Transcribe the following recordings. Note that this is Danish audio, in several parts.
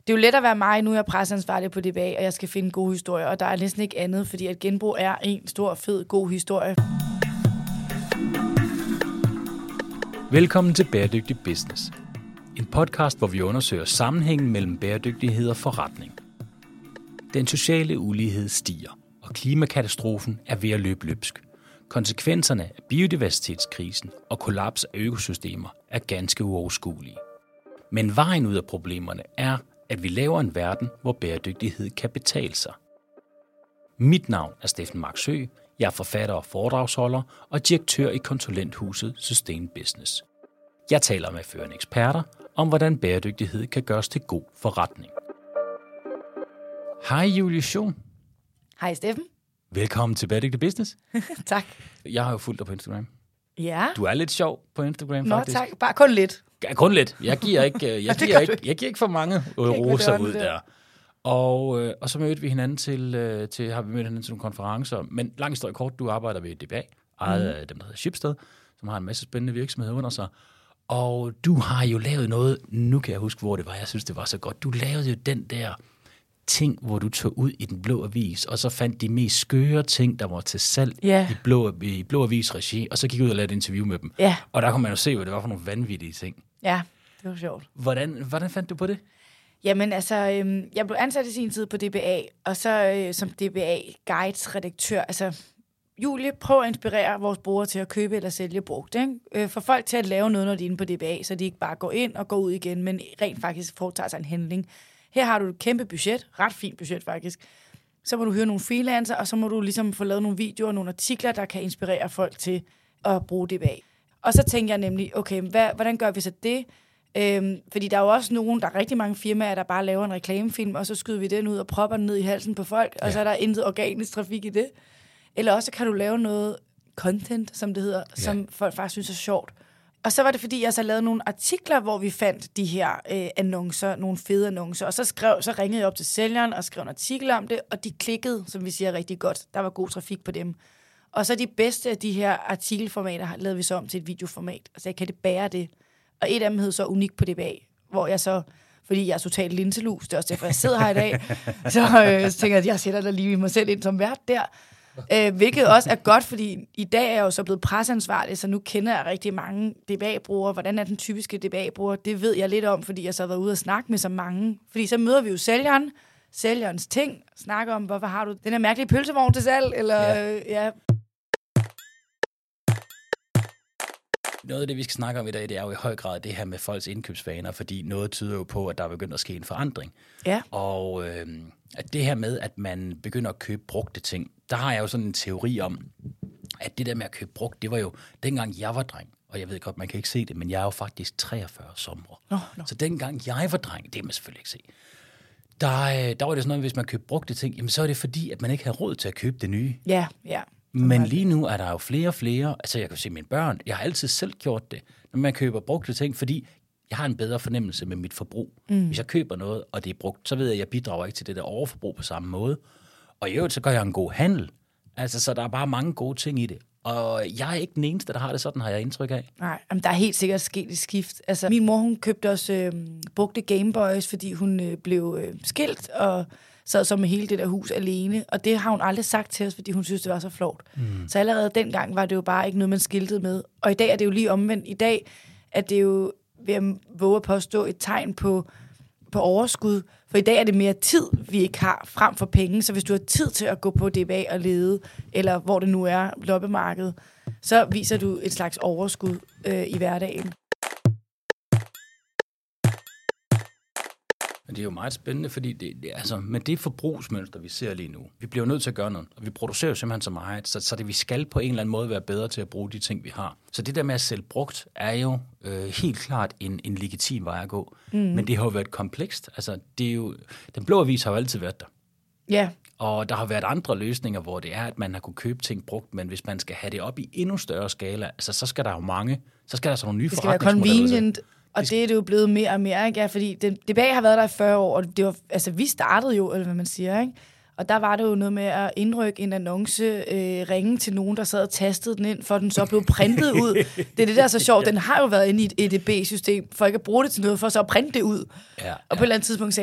Det er jo let at være mig, nu er jeg presseansvarlig på DBA, og jeg skal finde gode historier, og der er næsten ikke andet, fordi at genbrug er en stor, fed, god historie. Velkommen til Bæredygtig Business. En podcast, hvor vi undersøger sammenhængen mellem bæredygtighed og forretning. Den sociale ulighed stiger, og klimakatastrofen er ved at løbe løbsk. Konsekvenserne af biodiversitetskrisen og kollaps af økosystemer er ganske uoverskuelige. Men vejen ud af problemerne er, at vi laver en verden, hvor bæredygtighed kan betale sig. Mit navn er Steffen Marksø. Jeg er forfatter og foredragsholder og direktør i konsulenthuset Sustain Business. Jeg taler med førende eksperter om, hvordan bæredygtighed kan gøres til god forretning. Hej Julie Schoen. Hej Steffen. Velkommen til Bæredygtig Business. Tak. Jeg har jo fulgt dig på Instagram. Ja. Du er lidt sjov på Instagram, Nå, faktisk. tak. Bare kun lidt. Ja, kun lidt. Jeg giver ikke for mange roser ud der. Og så mødte vi hinanden har vi mødt hinanden til nogle konferencer. Men lang historie kort, du arbejder ved DBA, ejet af dem, der hedder Schibsted, som har en masse spændende virksomheder under sig. Og du har jo lavet noget, nu kan jeg huske, hvor det var, jeg synes, det var så godt. Du lavede jo den der ting, hvor du tog ud i den blå avis, og så fandt de mest skøre ting, der var til salg i blå avis regi, og så gik ud og lavede et interview med dem. Ja. Og der kunne man jo se, hvad det var for nogle vanvittige ting. Ja, det var sjovt. Hvordan fandt du på det? Jamen altså, jeg blev ansat i sin tid på DBA, og så som DBA Guides redaktør. Altså, Julie, prøv at inspirere vores brugere til at købe eller sælge brugt, ikke? For folk til at lave noget, når de er inde på DBA, så de ikke bare går ind og går ud igen, men rent faktisk foretager sig en handling. Her har du et kæmpe budget, ret fint budget faktisk. Så må du høre nogle freelancer, og så må du ligesom få lavet nogle videoer, nogle artikler, der kan inspirere folk til at bruge DBA. Og så tænker jeg nemlig, okay, hvordan gør vi så det? Fordi der er jo også der er rigtig mange firmaer, der bare laver en reklamefilm, og så skyder vi den ud og propper den ned i halsen på folk, og så er der intet organisk trafik i det. Eller også kan du lave noget content, som det hedder, som folk faktisk synes er sjovt. Og så var det, fordi jeg så lavede nogle artikler, hvor vi fandt de her annoncer, nogle fede annoncer, og så ringede jeg op til sælgeren og skrev en artikel om det, og de klikkede, som vi siger, rigtig godt. Der var god trafik på dem. Og så de bedste af de her artikelformater lavede vi så om til et videoformat. Og så kan det bære det? Og et af dem hed så Unik på DBA, hvor jeg så, fordi jeg er totalt linselus, det er også derfor, jeg sidder her i dag, så tænker jeg, at jeg sætter da lige mig selv ind som vært der. Hvilket også er godt, fordi i dag er jeg jo så blevet presseansvarlig, så nu kender jeg rigtig mange DBA-brugere. Hvordan er den typiske DBA-bruger? Det ved jeg lidt om, fordi jeg så har været ude og snakke med så mange. Fordi så møder vi jo sælgerens ting, snakker om, hvorfor har du den her mærkelige pølsevogn til salg, eller Noget af det, vi skal snakke om i dag, det er jo i høj grad det her med folks indkøbsvaner, fordi noget tyder jo på, at der er begyndt at ske en forandring. Ja. Og at det her med, at man begynder at købe brugte ting, der har jeg jo sådan en teori om, at det der med at købe brugt, det var jo dengang jeg var dreng, og jeg ved godt, man kan ikke se det, men jeg er jo faktisk 43 somre. Så dengang jeg var dreng, det kan man selvfølgelig ikke se, der var det sådan noget, hvis man købte brugte ting, jamen så er det fordi, at man ikke havde råd til at købe det nye. Ja. Men lige nu er der jo flere og flere, altså jeg kan se mine børn, jeg har altid selv gjort det, når man køber brugte ting, fordi jeg har en bedre fornemmelse med mit forbrug. Hvis jeg køber noget, og det er brugt, så ved jeg, at jeg bidrager ikke til det der overforbrug på samme måde. Og i øvrigt, så gør jeg en god handel. Altså, så der er bare mange gode ting i det. Og jeg er ikke den eneste, der har det sådan, har jeg indtryk af. Nej, men der er helt sikkert sket et skift. Altså, min mor, hun købte også brugte Gameboys, fordi hun blev skilt, og sad så med hele det der hus alene. Og det har hun aldrig sagt til os, fordi hun synes, det var så flot. Så allerede dengang var det jo bare ikke noget, man skiltede med. Og i dag er det jo lige omvendt. I dag er det jo, ved at våge at påstå, et tegn på overskud. For i dag er det mere tid, vi ikke har, frem for penge. Så hvis du har tid til at gå på DBA og lede, eller hvor det nu er, loppemarkedet, så viser du et slags overskud i hverdagen. Men det er jo meget spændende, fordi altså, med det forbrugsmønster, vi ser lige nu, vi bliver nødt til at gøre noget, og vi producerer jo simpelthen så meget, så det vi skal på en eller anden måde være bedre til at bruge de ting, vi har. Så det der med at sælge brugt, er jo helt klart en legitim vej at gå. Men det har jo været komplekst. Altså, det er jo, den blå avis har jo altid været der. Ja. Og der har været andre løsninger, hvor det er, at man har kunne købe ting brugt, men hvis man skal have det op i endnu større skala, altså, så skal der jo så skal der så nogle nye forretningsmodeller. Det skal være convenient. Og det er det jo blevet mere og mere, ikke? Ja, fordi DBA har været der i 40 år, og det var, altså, vi startede jo, eller hvad man siger, ikke? Og der var det jo noget med at indrykke en annonce, ringe til nogen, der sad og tastede den ind, for den så blev printet ud. Det er det, der er så sjovt. Den har jo været inde i et EDB-system, for ikke at bruge det til noget, for så at printe det ud. Ja, og på et eller andet tidspunkt sagde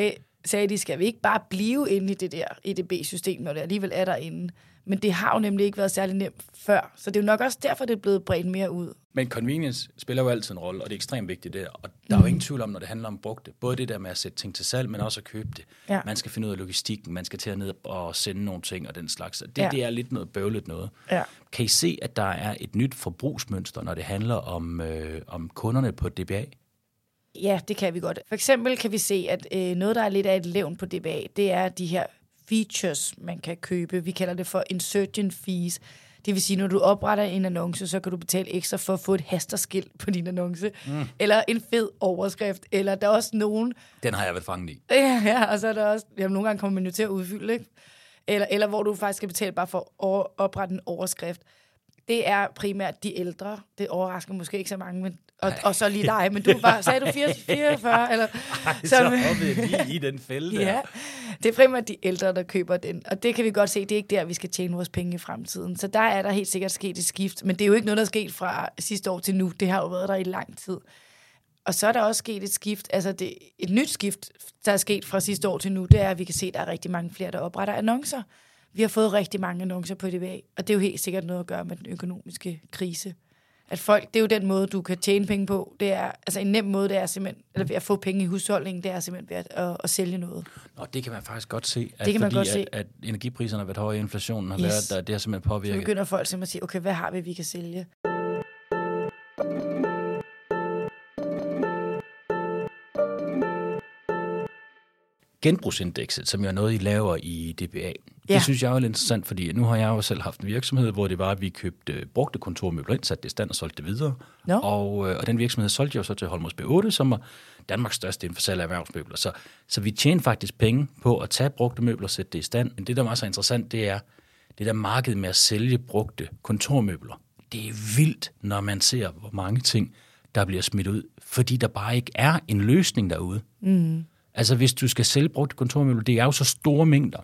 sagde de, skal vi ikke bare blive inde i det der EDB-system, når det alligevel er derinde. Men det har jo nemlig ikke været særlig nemt før, så det er jo nok også derfor, det er blevet bredt mere ud. Men convenience spiller jo altid en rolle, og det er ekstremt vigtigt der. Og der er jo ingen tvivl om, når det handler om brugte. Både det der med at sætte ting til salg, men også at købe det. Ja. Man skal finde ud af logistikken, man skal til at ned og sende nogle ting og den slags. Det er lidt noget bøvlet noget. Ja. Kan I se, at der er et nyt forbrugsmønster, når det handler om kunderne på DBA? Ja, det kan vi godt. For eksempel kan vi se, at noget, der er lidt af et levn på DBA, det er de her features, man kan købe. Vi kalder det for insertion fees. Det vil sige, når du opretter en annonce, så kan du betale ekstra for at få et hasterskilt på din annonce. Eller en fed overskrift. Eller der er også nogen... Den har jeg været fanget i. Ja, og så er der også... Jamen, nogle gange kommer man jo til at udfylde, ikke? Eller hvor du faktisk skal betale bare for at oprette en overskrift. Det er primært de ældre. Det overrasker måske ikke så mange, men, og så lige dig. Men du var, sagde du 44? Eller, så hoppede jeg lige i den fælde der. Ja, det er primært de ældre, der køber den. Og det kan vi godt se, det er ikke der, vi skal tjene vores penge i fremtiden. Så der er der helt sikkert sket et skift. Men det er jo ikke noget, der er sket fra sidste år til nu. Det har jo været der i lang tid. Og så er der også sket et skift, altså et nyt skift, der er sket fra sidste år til nu, det er, at vi kan se, at der er rigtig mange flere, der opretter annoncer. Vi har fået rigtig mange annoncer på DBA, og det er jo helt sikkert noget at gøre med den økonomiske krise. At folk, det er jo den måde, du kan tjene penge på. Det er, altså en nem måde, det er simpelthen, eller ved at få penge i husholdningen, det er simpelthen ved at sælge noget. Nå, det kan man faktisk godt se. Det kan man godt se. At energipriserne har været høje, inflationen har været, det har simpelthen påvirket. Så begynder folk simpelthen at sige, okay, hvad har vi kan sælge? Genbrugsindekset, som jo er noget, I laver i DBA, det synes jeg er jo interessant, fordi nu har jeg jo selv haft en virksomhed, hvor det var, at vi købte brugte kontormøbler ind, satte det i stand og solgte det videre. No. Og den virksomhed solgte jo så til Holmos B8, som var Danmarks største inden for salg af erhvervsmøbler. Så vi tjente faktisk penge på at tage brugte møbler og sætte det i stand. Men det, der var så interessant, det er det der marked med at sælge brugte kontormøbler. Det er vildt, når man ser, hvor mange ting, der bliver smidt ud, fordi der bare ikke er en løsning derude. Mm. Altså, hvis du skal sælge brugte kontormøbler, det er jo så store mængder.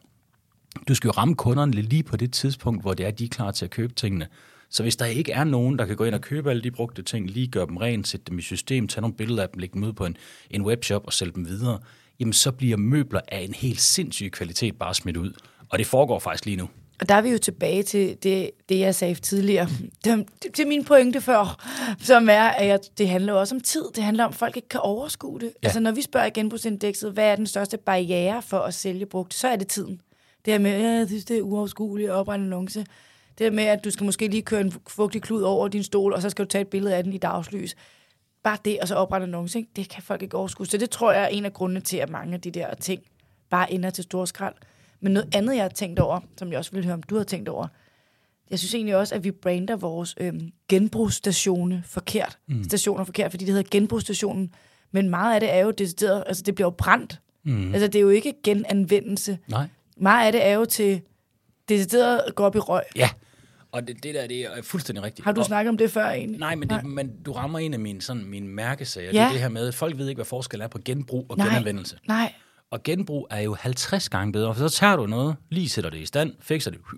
Du skal jo ramme kunderne lige på det tidspunkt, hvor det er, de er klar til at købe tingene. Så hvis der ikke er nogen, der kan gå ind og købe alle de brugte ting, lige gøre dem rent, sætte dem i system, tage nogle billeder af dem, lægge dem ud på en webshop og sælge dem videre, jamen så bliver møbler af en helt sindssyg kvalitet bare smidt ud. Og det foregår faktisk lige nu. Og der er vi jo tilbage til det jeg sagde tidligere. Til min pointe før, som er, at det handler også om tid. Det handler om, at folk ikke kan overskue det. Ja. Altså, når vi spørger i genbrugsindekset, hvad er den største barriere for at sælge brugt, så er det tiden. Det her med, jeg synes, det er uoverskueligt at oprette en annonce. Det her med, at du skal måske lige køre en fugtig klud over din stol, og så skal du tage et billede af den i dagslys. Bare det, og så oprette en annonce, ikke? Det kan folk ikke overskue. Så det tror jeg er en af grundene til, at mange af de der ting bare ender til store skrald. Men noget andet, jeg har tænkt over, som jeg også ville høre, om du har tænkt over, jeg synes egentlig også, at vi brander vores genbrugsstationer forkert. Stationer forkert, fordi det hedder genbrugsstationen. Men meget af det er jo decideret, altså det bliver jo brændt. Altså det er jo ikke genanvendelse. Nej. Meget af det er jo til decideret at gå op i røg. Ja, og det der, det er fuldstændig rigtigt. Har du snakket om det før egentlig? Nej, men du rammer en af mine mærkesager. Ja. Det er det her med, at folk ved ikke, hvad forskel er på genbrug og genanvendelse. Nej. Og genbrug er jo 50 gange bedre, for så tager du noget, lige sætter det i stand, fikser det,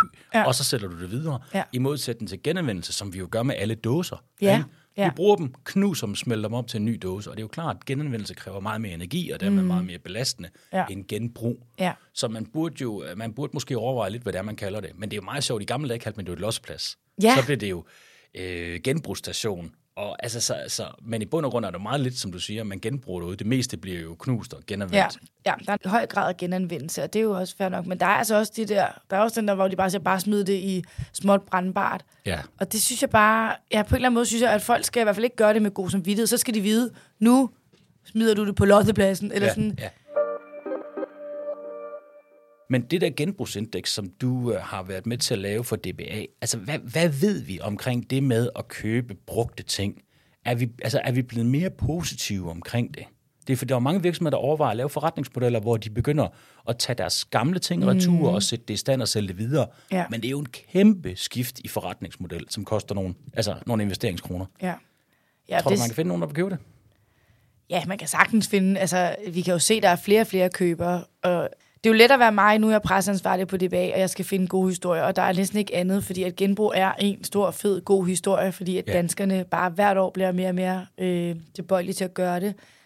og så sætter du det videre. Ja. I modsætning til genanvendelse, som vi jo gør med alle dåser. Ja. Vi bruger dem, knuser dem, smelter dem op til en ny dåse, og det er jo klart, at genanvendelse kræver meget mere energi, og dermed meget mere belastende end genbrug. Ja. Så man burde måske overveje lidt, hvad det er, man kalder det. Men det er jo meget sjovt. I gamle dage kaldte man det jo et losseplads. Ja. Så blev det jo genbrugsstation. Og altså, men i bund og grund er det meget lidt, som du siger, man genbruger det ud. Det meste bliver jo knust og genanvendt. Ja, der er en høj grad af genanvendelse, og det er jo også fair nok. Men der er altså også der er også den der, hvor de bare siger, bare smid det i småt brandbart. Ja. Og det synes jeg bare, på en eller anden måde synes jeg, at folk skal i hvert fald ikke gøre det med god samvittighed. Så skal de vide, nu smider du det på lossepladsen, eller sådan. Ja. Men det der genbrugsindeks, som du har været med til at lave for DBA, altså hvad ved vi omkring det med at købe brugte ting? Er vi blevet mere positive omkring det? Det er fordi, der er mange virksomheder, der overvejer at lave forretningsmodeller, hvor de begynder at tage deres gamle ting retur og sætte det i stand og sælge det videre. Ja. Men det er jo en kæmpe skift i forretningsmodel, som koster nogle investeringskroner. Ja. Tror du, man kan finde nogen, der vil købe det? Ja, man kan sagtens finde. Altså, vi kan jo se, at der er flere og flere købere, og det er jo let at være mig, nu er jeg presseansvarlig på DBA, og jeg skal finde gode historier, og der er næsten ikke andet, fordi at genbrug er en stor, fed, god historie, fordi at danskerne bare hvert år bliver mere og mere tilbøjelige til at gøre det.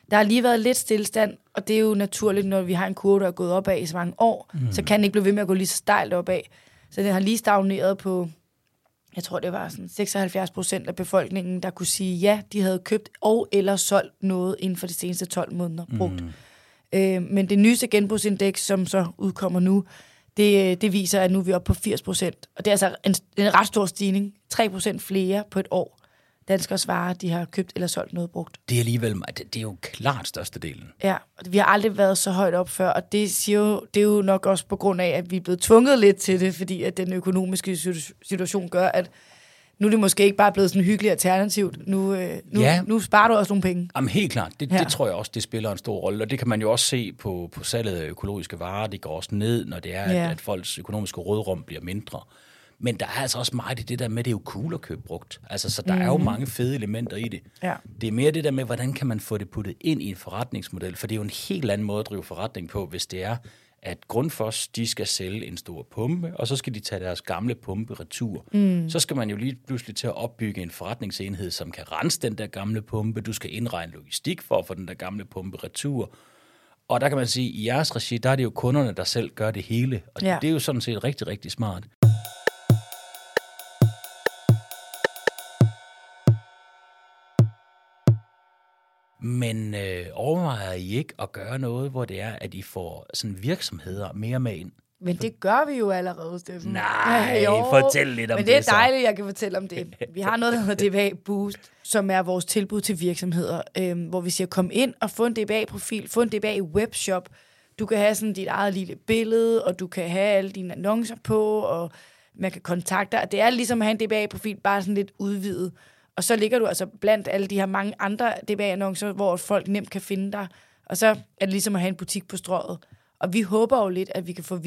Der har lige været lidt stillestand, og det er jo naturligt, når vi har en kurve, der er gået opad i så mange år, så kan den ikke blive ved med at gå lige så stejlt opad. Så den har lige stagneret på, jeg tror det var sådan 76% af befolkningen, der kunne sige, ja, de havde købt og eller solgt noget inden for de seneste 12 måneder brugt. Men det nyeste genbrugsindeks, som så udkommer nu, det viser, at nu er vi oppe på 80%. Og det er altså en ret stor stigning. 3% flere på et år. Danskere svarer, de har købt eller solgt noget brugt. Det er alligevel, det er jo klart størstedelen. Ja, og vi har aldrig været så højt op før, og det er jo nok også på grund af, at vi er blevet tvunget lidt til det, fordi at den økonomiske situation gør, at nu er det måske ikke bare blevet sådan en hyggelig alternativt. Nu sparer du også nogle penge. Jamen helt klart. Det tror jeg også, det spiller en stor rolle. Og det kan man jo også se på salget af økologiske varer. Det går også ned, når det er, at folks økonomiske rådrum bliver mindre. Men der er altså også meget i det der med, det er jo cool at købe brugt. Altså, så der er jo mange fede elementer i det. Ja. Det er mere det der med, hvordan kan man få det puttet ind i en forretningsmodel. For det er jo en helt anden måde at drive forretning på, hvis det er, at Grundfos, de skal sælge en stor pumpe, og så skal de tage deres gamle pumpe retur. Så skal man jo lige pludselig til at opbygge en forretningsenhed, som kan rense den der gamle pumpe. Du skal indregne logistik for at få den der gamle pumpe retur. Og der kan man sige, at i jeres regi, der er det jo kunderne, der selv gør det hele. Og det er jo sådan set rigtig, rigtig smart. Men overvejer I ikke at gøre noget, hvor det er, at I får sådan virksomheder mere med ind? Men det gør vi jo allerede, Steffen. Nej, fortæl lidt om det. Men det er dejligt, jeg kan fortælle om det. Vi har noget, der hedder DBA Boost, som er vores tilbud til virksomheder, hvor vi siger, kom ind og få en DBA-profil, få en DBA-webshop. Du kan have sådan dit eget lille billede, og du kan have alle dine annoncer på, og man kan kontakte dig. Det er ligesom at have en DBA-profil, bare sådan lidt udvidet. Og så ligger du altså blandt alle de her mange andre DBA-annoncer, hvor folk nemt kan finde dig. Og så er det ligesom at have en butik på strøget. Og vi håber jo lidt, at vi kan få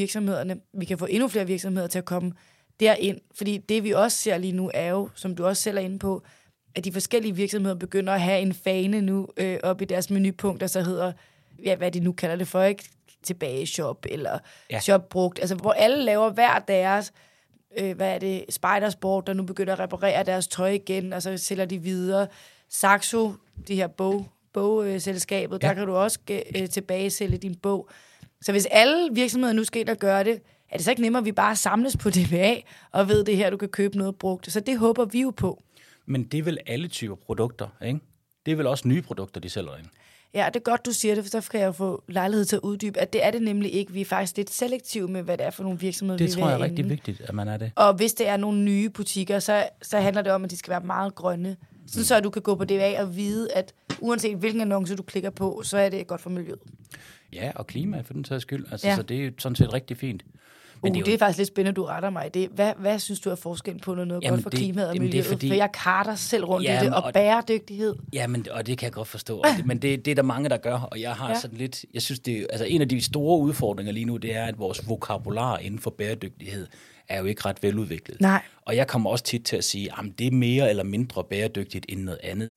endnu flere virksomheder til at komme derind. Fordi det, vi også ser lige nu, er jo, som du også selv er inde på, at de forskellige virksomheder begynder at have en fane nu op i deres menupunkter, så hedder, hvad de nu kalder det for, ikke? Tilbageshop eller shop brugt. Altså, hvor alle laver hver deres Spidersport, der nu begynder at reparere deres tøj igen, og så sælger de videre. Saxo, det her bogselskabet, der kan du også tilbage sælge din bog. Så hvis alle virksomheder nu skal ind og gøre det, er det så ikke nemmere, at vi bare samles på DBA og ved det her, du kan købe noget brugt. Så det håber vi jo på. Men det er vel alle typer produkter, ikke? Det er vel også nye produkter, de sælger ind? Ja, det er godt, du siger det, for så kan jeg jo få lejlighed til at uddybe, at det er det nemlig ikke. Vi er faktisk lidt selektive med, hvad det er for nogle virksomheder, vi vil have. Det tror jeg er rigtig vigtigt, at man er det. Og hvis det er nogle nye butikker, så handler det om, at de skal være meget grønne. Sådan så du kan gå på DBA og vide, at uanset hvilken annonce du klikker på, så er det godt for miljøet. Ja, og klima for den tages skyld. Altså, så det er sådan set rigtig fint. Men det er faktisk lidt spændende, du retter mig i det. Hvad synes du er forskellen på noget godt for klimaet og miljøet? For jeg karter selv rundt i det, og bæredygtighed. Jamen, og det kan jeg godt forstå. Men det er der mange, der gør, og jeg har sådan lidt... Jeg synes, en af de store udfordringer lige nu, det er, at vores vokabular inden for bæredygtighed er jo ikke ret veludviklet. Nej. Og jeg kommer også tit til at sige, at det er mere eller mindre bæredygtigt end noget andet.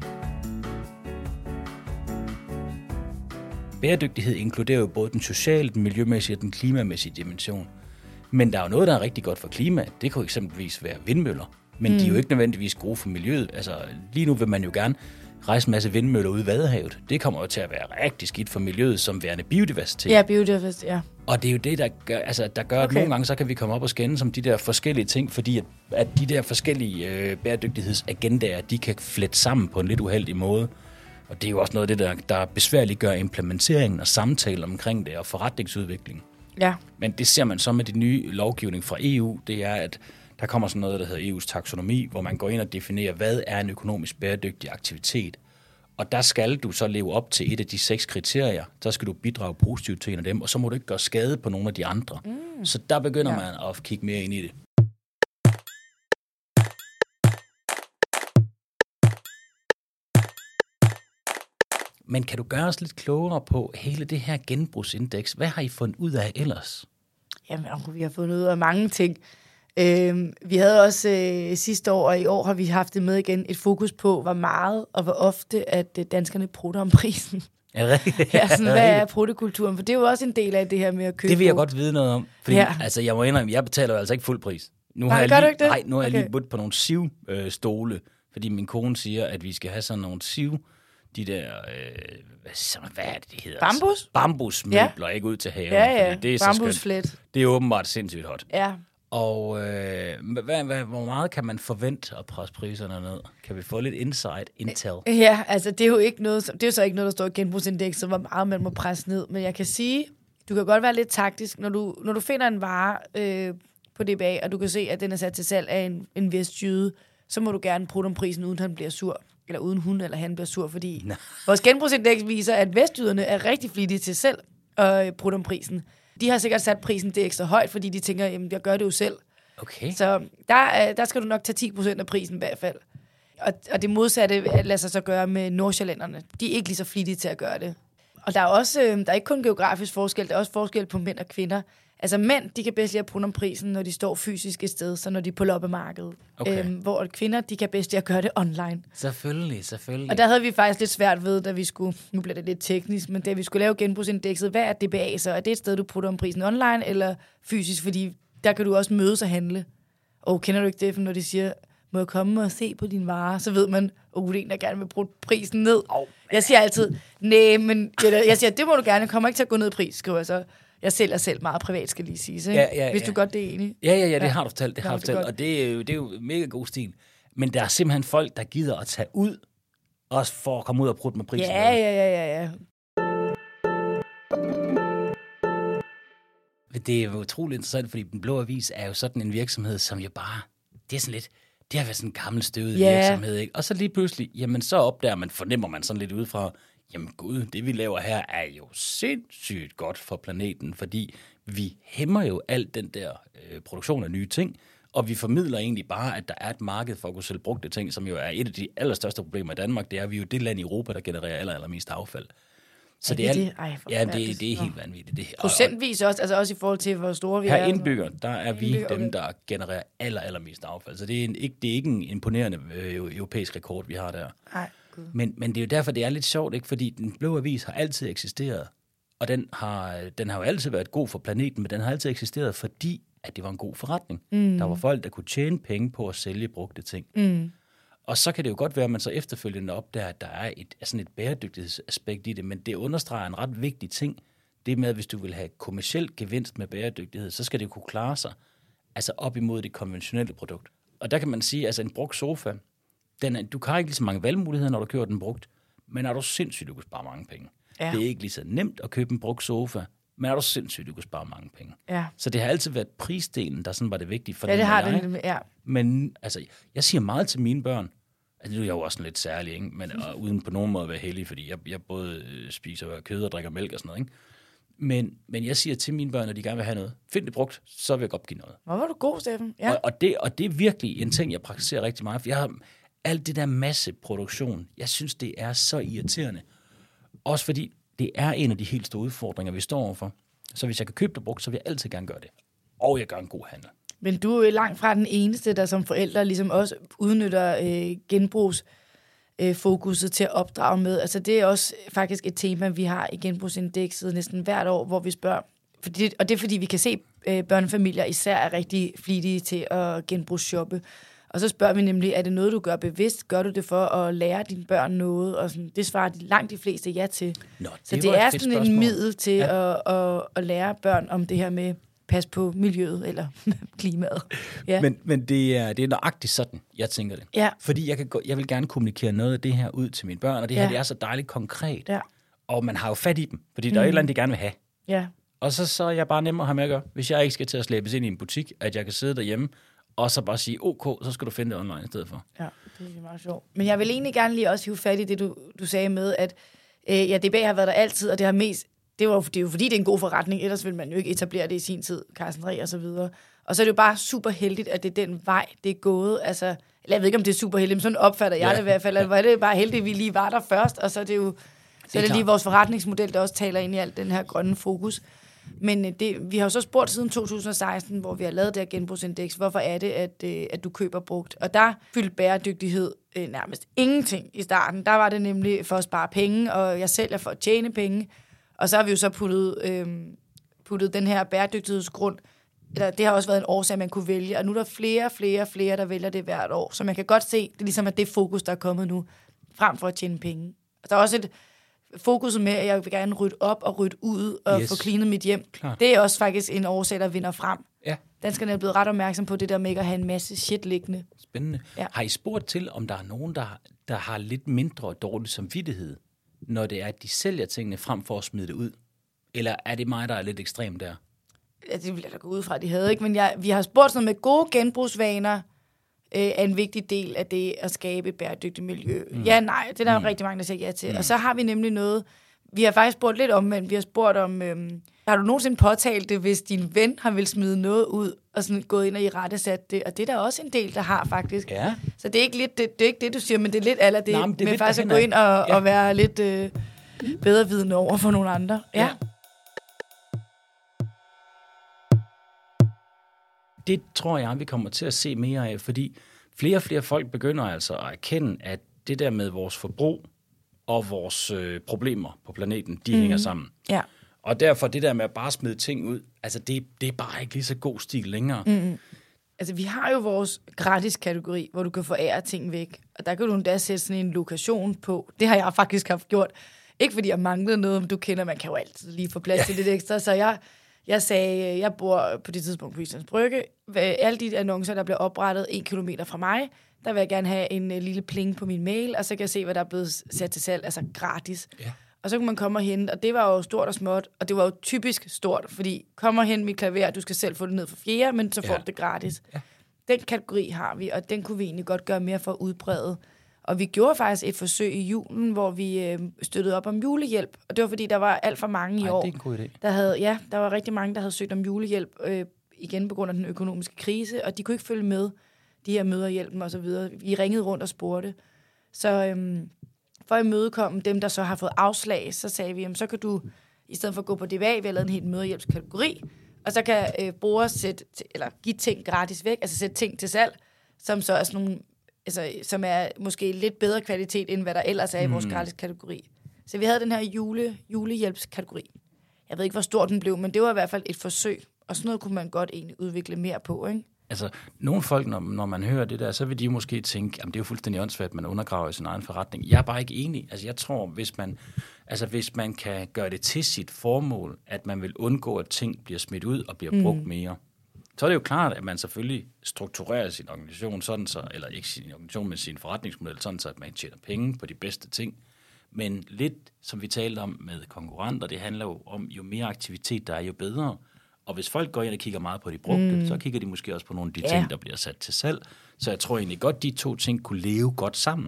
Bæredygtighed inkluderer jo både den sociale, den miljømæssige og den klimamæssige dimension. Men der er jo noget, der er rigtig godt for klimaet. Det kunne eksempelvis være vindmøller. Men de er jo ikke nødvendigvis gode for miljøet. Altså, lige nu vil man jo gerne rejse en masse vindmøller ud i Vadehavet. Det kommer jo til at være rigtig skidt for miljøet som værende biodiversitet. Ja, biodiversitet, ja. Og det er jo det, der gør at nogle gange, så kan vi komme op og skændes om de der forskellige ting, fordi at de der forskellige bæredygtighedsagendaer, de kan flette sammen på en lidt uheldig måde. Og det er jo også noget af det, der besværligt gør implementeringen og samtalen omkring det og forretningsudvikling. Ja. Men det ser man så med de nye lovgivning fra EU, det er, at der kommer sådan noget, der hedder EU's taksonomi, hvor man går ind og definerer, hvad er en økonomisk bæredygtig aktivitet. Og der skal du så leve op til et af de 6 kriterier. Der skal du bidrage positivt til en af dem, og så må du ikke gøre skade på nogle af de andre. Så der begynder man at kigge mere ind i det. Men kan du gøre os lidt klogere på hele det her genbrugsindeks? Hvad har I fundet ud af ellers? Jamen, vi har fundet ud af mange ting. Vi havde også sidste år, og i år har vi haft det med igen, et fokus på, hvor meget og hvor ofte, at danskerne prutter om prisen. Ja, hvad er pruttekulturen? For det er jo også en del af det her med at købe. Det vil jeg godt vide noget om. Fordi altså, jeg må indrømme, jeg betaler jo altså ikke fuld pris. Nu har jeg lige budt på nogle sivstole, fordi min kone siger, at vi skal have sådan nogle de der, hvad er det, de hedder? Bambus? Bambusmøbler, ikke ud til haven. Ja. Det er så Bambusflet. Det er åbenbart sindssygt hot. Ja. Og hvor meget kan man forvente at presse priserne ned? Kan vi få lidt intel? Ja, altså det er jo ikke noget, det er jo så ikke noget, der står i genbrugsindekset, hvor meget man må presse ned. Men jeg kan sige, du kan godt være lidt taktisk, når du finder en vare på DBA, og du kan se, at den er sat til salg af en vestjyde, så må du gerne prutte om prisen, uden han bliver sur. Eller uden hun eller han bliver sur, fordi vores genbrugsindeks viser, at vestjyderne er rigtig flittige til selv at prutte om prisen. De har sikkert sat prisen det ekstra højt, fordi de tænker, jamen jeg gør det jo selv. Okay. Så der skal du nok tage 10% af prisen i hvert fald. Og det modsatte lader sig så gøre med nordsjællænderne. De er ikke lige så flittige til at gøre det. Og der er også, der er ikke kun geografisk forskel, der er også forskel på mænd og kvinder. Altså mænd, de kan bedst lide at prutte om prisen, når de står fysisk et sted, så når de er på loppemarkedet. Okay. Hvor kvinder, de kan bedst lide at gøre det online. Selvfølgelig. Og der havde vi faktisk lidt svært ved, da vi skulle, nu bliver det lidt teknisk, men da vi skulle lave genbrugsindekset, hvad er DBA så? Er det et sted, du prutter om prisen online eller fysisk? Fordi der kan du også mødes og handle. Og kender du ikke det, når de siger, må jeg komme og se på dine varer? Så ved man, det er en, der gerne vil prutte prisen ned. Jeg siger altid, nej, men jeg siger, det må du gerne, jeg kommer ikke til at gå ned i pris, skriver jeg så. Jeg sælger selv meget privat, skal lige sige. Ja. Hvis du godt det er enig. Ja, det har du fortalt. Og det er jo mega god stil. Men der er simpelthen folk, der gider at tage ud, også for at komme ud og prutte med prisen. Ja. Det er jo utroligt interessant, fordi Den Blå Avis er jo sådan en virksomhed, som jo bare, det er sådan lidt, det har været sådan en gammel støvet virksomhed, ikke? Og så lige pludselig, jamen så opdager man, fornemmer man sådan lidt udefra, jamen gud, det vi laver her er jo sindssygt godt for planeten, fordi vi hæmmer jo alt den der produktion af nye ting, og vi formidler egentlig bare, at der er et marked for at kunne sælge brugte ting, som jo er et af de allerstørste problemer i Danmark. Det er, vi er jo det land i Europa, der genererer allermest affald. Så det er helt vanvittigt. Det. Procentvis også, altså også i forhold til, hvor store vi er. Her indbygger, der er vi dem, der genererer allermest affald. Så det er ikke en imponerende europæisk rekord, vi har der. Nej. Men det er jo derfor, det er lidt sjovt, ikke? Fordi Den Blå Avis har altid eksisteret, og den har jo altid været god for planeten, men den har altid eksisteret, fordi at det var en god forretning. Der var folk, der kunne tjene penge på at sælge brugte ting. Og så kan det jo godt være, at man så efterfølgende opdager, at der er sådan et bæredygtighedsaspekt i det, men det understreger en ret vigtig ting. Det med, at hvis du vil have kommerciel gevinst med bæredygtighed, så skal det kunne klare sig altså op imod det konventionelle produkt. Og der kan man sige, altså en brugt sofa, du kan ikke lige så mange valgmuligheder, når du køber den brugt, men er du sindssygt, du kan spare mange penge. Ja. Det er ikke lige så nemt at købe en brugt sofa, men er du sindssygt, du kan spare mange penge. Ja. Så det har altid været prisdelen, der sådan var det vigtige for det har det, ja. Men altså, jeg siger meget til mine børn, altså nu er jeg jo også lidt særlig, ikke? Men uden på nogen måde at være heldig, fordi jeg både spiser kød og drikker mælk og sådan noget, ikke? Men jeg siger til mine børn, at de gerne vil have noget. Find det brugt, så vil jeg godt give noget. Hvor var du god, Steffen. Ja. Og det er virkelig en ting, jeg praktiserer rigtig meget, for jeg har alt det der masseproduktion, jeg synes, det er så irriterende. Også fordi det er en af de helt store udfordringer, vi står overfor. Så hvis jeg kan købe det brugt, så vil jeg altid gerne gøre det. Og jeg gør en god handel. Men du er langt fra den eneste, der som forældre ligesom også udnytter genbrugsfokuset til at opdrage med. Altså det er også faktisk et tema, vi har i genbrugsindekset næsten hvert år, hvor vi spørger. Og det er fordi, vi kan se, børnefamilier især er rigtig flittige til at genbrugsshoppe. Og så spørger vi nemlig, er det noget, du gør bevidst? Gør du det for at lære dine børn noget? Og sådan, det svarer langt de fleste ja til. Så det er sådan en middel til at lære børn om det her med pas på miljøet eller klimaet. Ja. Men det er nøjagtigt sådan, jeg tænker det. Ja. Fordi jeg vil gerne kommunikere noget af det her ud til mine børn, og det her det er så dejligt konkret. Ja. Og man har jo fat i dem, fordi der er et eller andet, de gerne vil have. Ja. Og så er jeg bare nemmere at have med at gøre. Hvis jeg ikke skal til at slæbes ind i en butik, at jeg kan sidde derhjemme, og så bare sige, OK, så skal du finde det online i stedet for. Ja, det er meget sjovt. Men jeg vil egentlig gerne lige også hive fat i det, du sagde med, at DBA har været der altid, og det har mest... Det er jo fordi, det er en god forretning, ellers vil man jo ikke etablere det i sin tid, Carsten Reh og så videre. Og så er det jo bare super heldigt, at det er den vej, det er gået. Altså, jeg ved ikke, om det er super heldigt, men sådan opfatter jeg det i hvert fald. At var det bare heldigt, at vi lige var der først, og så er det jo så er det lige vores forretningsmodel, der også taler ind i alt den her grønne fokus. Men vi har jo så spurgt siden 2016, hvor vi har lavet det her genbrugsindeks, hvorfor er det, at du køber brugt? Og der fyldte bæredygtighed nærmest ingenting i starten. Der var det nemlig for at spare penge, og jeg sælger for at tjene penge. Og så har vi jo så puttet den her bæredygtighedsgrund, eller det har også været en årsag, man kunne vælge, og nu er der flere, der vælger det hvert år. Så man kan godt se, det er ligesom at det fokus, der er kommet nu, frem for at tjene penge. Der er også et fokus med, at jeg vil gerne rydde op og rydde ud og få cleanet mit hjem. Klar. Det er også faktisk en årsag, der vinder frem. Ja. Danskerne er blevet ret opmærksom på det der med ikke at have en masse shit liggende. Spændende. Ja. Har I spurgt til, om der er nogen, der har lidt mindre dårlig samvittighed, når det er, at de sælger tingene frem for at smide det ud? Eller er det mig, der er lidt ekstrem der? Ja, det vil jeg da gå ud fra, at de havde ikke. Men vi har spurgt sådan noget med gode genbrugsvaner er en vigtig del af det at skabe et bæredygtigt miljø. Ja, nej, det er der rigtig mange, der siger ja til. Og så har vi nemlig noget, vi har faktisk spurgt lidt om, men vi har spurgt om, har du nogensinde påtalt det, hvis din ven har vil smide noget ud, og sådan gået ind og irettesat det? Og det er der også en del, der har faktisk. Ja. Så det er ikke lidt, det er ikke det, du siger, men det er lidt eller det, men lidt faktisk at gå ind og være lidt bedre vidende over for nogle andre. Ja. Det tror jeg, vi kommer til at se mere af, fordi flere og flere folk begynder altså at erkende, at det der med vores forbrug og vores problemer på planeten, de hænger sammen. Ja. Og derfor det der med at bare smide ting ud, altså det er bare ikke lige så god stil længere. Altså vi har jo vores gratis-kategori, hvor du kan forære ting væk, og der kan du endda sætte sådan en lokation på. Det har jeg faktisk haft gjort. Ikke fordi jeg manglede noget, men du kender, man kan jo altid lige få plads til lidt ekstra, så jeg sagde, jeg bor på det tidspunkt på Islands Brygge. Alle de annoncer, der bliver oprettet 1 kilometer fra mig, der vil jeg gerne have en lille pling på min mail, og så kan jeg se, hvad der er blevet sat til salg, altså gratis. Ja. Og så kunne man komme og hente, og det var jo stort og småt, og det var jo typisk stort, fordi kom og hente mit klaver, du skal selv få det ned for 4, men så får du det gratis. Ja. Den kategori har vi, og den kunne vi egentlig godt gøre mere for at udbrede. Og vi gjorde faktisk et forsøg i julen, hvor vi støttede op om julehjælp. Og det var, fordi der var alt for mange i år. Det er en god idé. Der var rigtig mange, der havde søgt om julehjælp, igen på grund af den økonomiske krise, og de kunne ikke følge med, de her møderhjælpen og så videre. Vi ringede rundt og spurgte. Så for at imødekomme dem, der så har fået afslag, så sagde vi, så kan du, i stedet for at gå på DVA, vi har lavet en helt møderhjælpskategori, og så kan brugere give ting gratis væk, altså sætte ting til salg, som så er sådan nogle, altså, som er måske lidt bedre kvalitet, end hvad der ellers er i vores gratis kategori. Så vi havde den her julehjælpskategori. Jeg ved ikke, hvor stor den blev, men det var i hvert fald et forsøg, og sådan noget kunne man godt egentlig udvikle mere på, ikke? Altså, nogle folk, når man hører det der, så vil de måske tænke, jamen det er jo fuldstændig åndssvagt, at man undergraver sin egen forretning. Jeg er bare ikke enig. Altså, jeg tror, hvis man kan gøre det til sit formål, at man vil undgå, at ting bliver smidt ud og bliver brugt mere, så er det jo klart, at man selvfølgelig strukturerer sin organisation sådan så, eller ikke sin organisation, men sin forretningsmodel sådan så, at man tjener penge på de bedste ting. Men lidt, som vi talte om med konkurrenter, det handler jo om, jo mere aktivitet der er, jo bedre. Og hvis folk går ind og kigger meget på de brugte, så kigger de måske også på nogle af de ting, der bliver sat til salg. Så jeg tror egentlig godt, de to ting kunne leve godt sammen.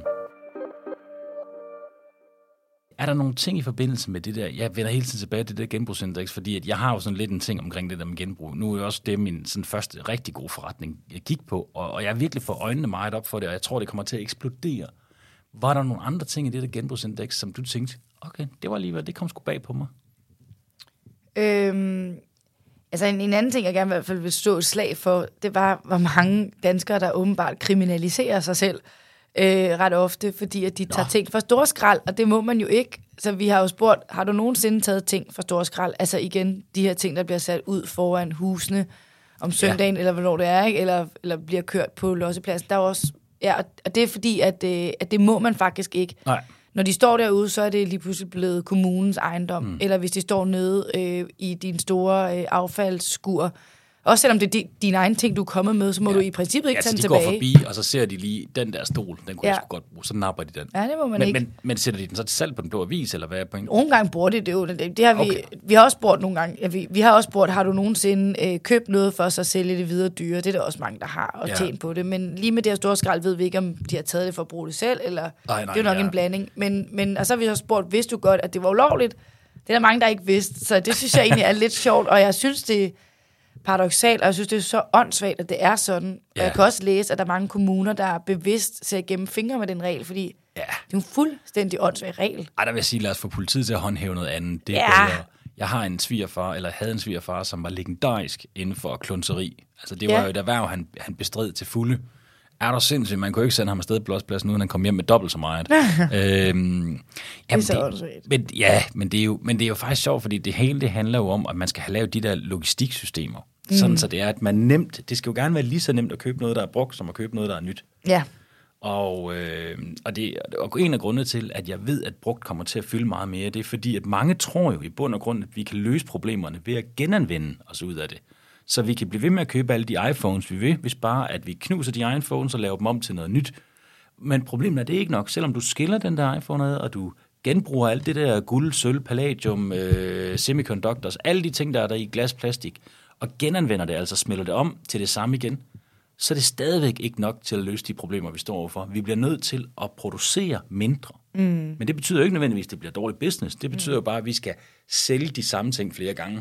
Er der nogle ting i forbindelse med det der? Jeg vender hele tiden tilbage til det genbrugsindeks, fordi at jeg har jo sådan lidt en ting omkring det der med genbrug. Nu er jo også det min sådan første rigtig god forretning, jeg gik på, og jeg virkelig får øjnene meget op for det, og jeg tror, det kommer til at eksplodere. Var der nogle andre ting i det der genbrugsindeks, som du tænkte, okay, det var alligevel, det kom sgu bag på mig? Altså en anden ting, jeg gerne i hvert fald vil stå et slag for, det var, hvor mange danskere, der åbenbart kriminaliserer sig selv ret ofte, fordi at de tager ting fra storskrald, og det må man jo ikke. Så vi har jo spurgt, har du nogensinde taget ting fra storskrald? Altså igen, de her ting, der bliver sat ud foran husene om søndagen, eller hvornår det er, ikke? Eller bliver kørt på lossepladsen. Der er også, og det er fordi, at det må man faktisk ikke. Nej. Når de står derude, så er det lige pludselig blevet kommunens ejendom. Eller hvis de står nede i din store affaldsskur. Også selvom det er dine egne ting, du er kommet med, så må du i princippet ikke tage den tilbage. Ja, de går forbi, og så ser de lige den der stol. Den kunne jeg sgu godt bruge. Så napper de den. Ja, det må man ikke. Men sætter de den så til salg på Den Blå Avis, eller hvad er pointen? Nogle gange bruger det jo. Det har vi har også spurgt nogle gange. Ja, vi har også spurgt, har du nogensinde købt noget for så sælge det videre dyre? Det er der også mange, der har og tjent på det. Men lige med det her store skrald ved vi ikke, om de har taget det for at bruge det selv, eller det er jo nok en blanding. Men og så har vi også spurgt, vidste du godt, at det var ulovligt? Det er der mange, der ikke vidste. Så det synes jeg egentlig er lidt sjovt, og jeg synes, det paradoksalt, og jeg synes, det er så åndssvagt, at det er sådan. Ja. Og jeg kan også læse, at der er mange kommuner, der bevidst ser gennem fingre med den regel, fordi det er en fuldstændig åndssvag regel. Ej, der vil jeg sige, lad os få politiet til at håndhæve noget andet. Det er bedre. Jeg har en svigerfar, eller havde en svigerfar, som var legendarisk inden for klunseri. Altså, det var jo et erhverv, han bestred til fulde. Er der sindssygt? Man kunne jo ikke sende ham afsted på Blåspladsen, uden han kom hjem med dobbelt så meget. Men det er jo faktisk sjovt, fordi det hele det handler jo om, at man skal have lavet de der logistiksystemer. Sådan så det er, at man nemt, det skal jo gerne være lige så nemt at købe noget, der er brugt, som at købe noget, der er nyt. Ja. Og en af grundene til, at jeg ved, at brugt kommer til at fylde meget mere, det er fordi, at mange tror jo i bund og grund, at vi kan løse problemerne ved at genanvende os ud af det. Så vi kan blive ved med at købe alle de iPhones, vi vil, hvis bare at vi knuser de iPhones og laver dem om til noget nyt. Men problemet er det ikke nok. Selvom du skiller den der iPhone ad, og du genbruger alt det der guld, sølv, palladium, semiconductors, alle de ting, der er der i glas, plastik, og genanvender det, altså smelter det om til det samme igen, så er det stadigvæk ikke nok til at løse de problemer, vi står overfor. Vi bliver nødt til at producere mindre. Men det betyder jo ikke nødvendigvis, at det bliver dårlig business. Det betyder jo bare, at vi skal sælge de samme ting flere gange.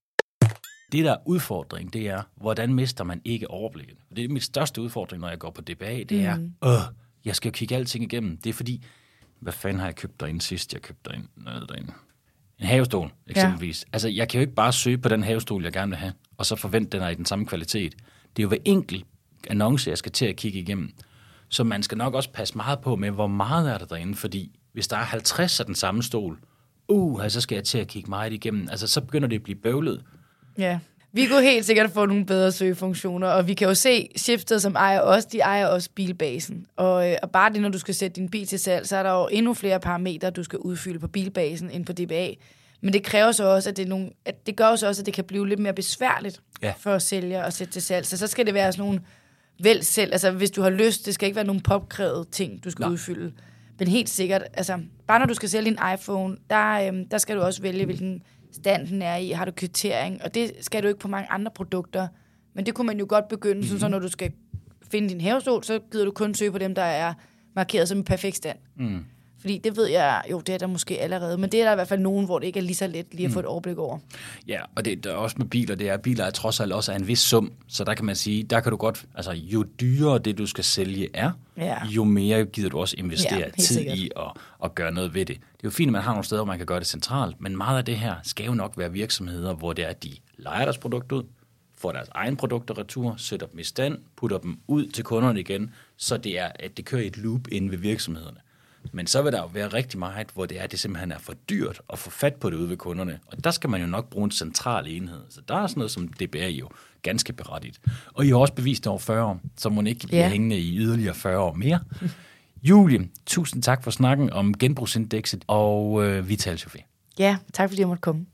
Det, der er udfordring, det er, hvordan mister man ikke overblikket? Det er mit største udfordring, når jeg går på DBA, det er, jeg skal jo kigge alting igennem. Det er fordi, hvad fanden har jeg købt derinde sidst, jeg købte derinde? En havestol, eksempelvis. Ja. Altså, jeg kan jo ikke bare søge på den havestol, jeg gerne vil have, og så forvente, den er i den samme kvalitet. Det er jo hver enkelt annonce, jeg skal til at kigge igennem. Så man skal nok også passe meget på med, hvor meget er der derinde, fordi hvis der er 50 af den samme stol, så skal jeg til at kigge meget igennem. Altså, så begynder det at blive bøvlet. Ja, vi kunne helt sikkert få nogle bedre søgefunktioner, og vi kan jo se Schibsted, som ejer os, de ejer også Bilbasen. Og bare det, når du skal sætte din bil til salg, så er der jo endnu flere parametre, du skal udfylde på Bilbasen end på DBA. Men det kræver så også, det gør så også, at det kan blive lidt mere besværligt for sælgere at sætte til salg. Så skal det være sådan nogle selv, altså hvis du har lyst, det skal ikke være nogle popkrævede ting, du skal udfylde. Men helt sikkert, altså bare når du skal sælge din iPhone, der skal du også vælge, hvilken stand den er i, har du kvittering, og det skal du ikke på mange andre produkter. Men det kunne man jo godt begynde, så når du skal finde din havestol, så gider du kun søge på dem, der er markeret som en perfekt stand. Fordi det ved jeg, jo, det er der måske allerede, men det er der i hvert fald nogen, hvor det ikke er lige så let lige at få et overblik over. Ja, og det er også med biler, biler er trods alt også af en vis sum, så der kan man sige, der kan du godt, altså jo dyrere det, du skal sælge er, jo mere gider du også investere tid i at gøre noget ved det. Det er jo fint, at man har nogle steder, hvor man kan gøre det centralt, men meget af det her skal jo nok være virksomheder, hvor det er, at de lejer deres produkt ud, får deres egen produkter retur, sætter dem i stand, putter dem ud til kunderne igen, så det er, at det kører i et loop inde ved virksomhederne. Men så vil der jo være rigtig meget, hvor det er, at det simpelthen er for dyrt at få fat på det ude ved kunderne. Og der skal man jo nok bruge en central enhed. Så der er sådan noget som DBA jo ganske berettigt. Og I har også bevist over 40 år, så må ikke blive hængende i yderligere 40 år mere. Julie, tusind tak for snakken om genbrugsindekset og Vital Sofie. Ja, tak fordi jeg måtte komme.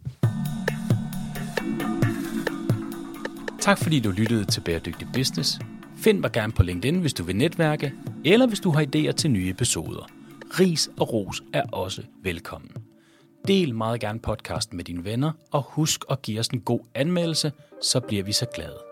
Tak fordi du lyttede til Bæredygtig Business. Find mig gerne på LinkedIn, hvis du vil netværke, eller hvis du har idéer til nye episoder. Ris og ros er også velkommen. Del meget gerne podcasten med dine venner, og husk at give os en god anmeldelse, så bliver vi så glade.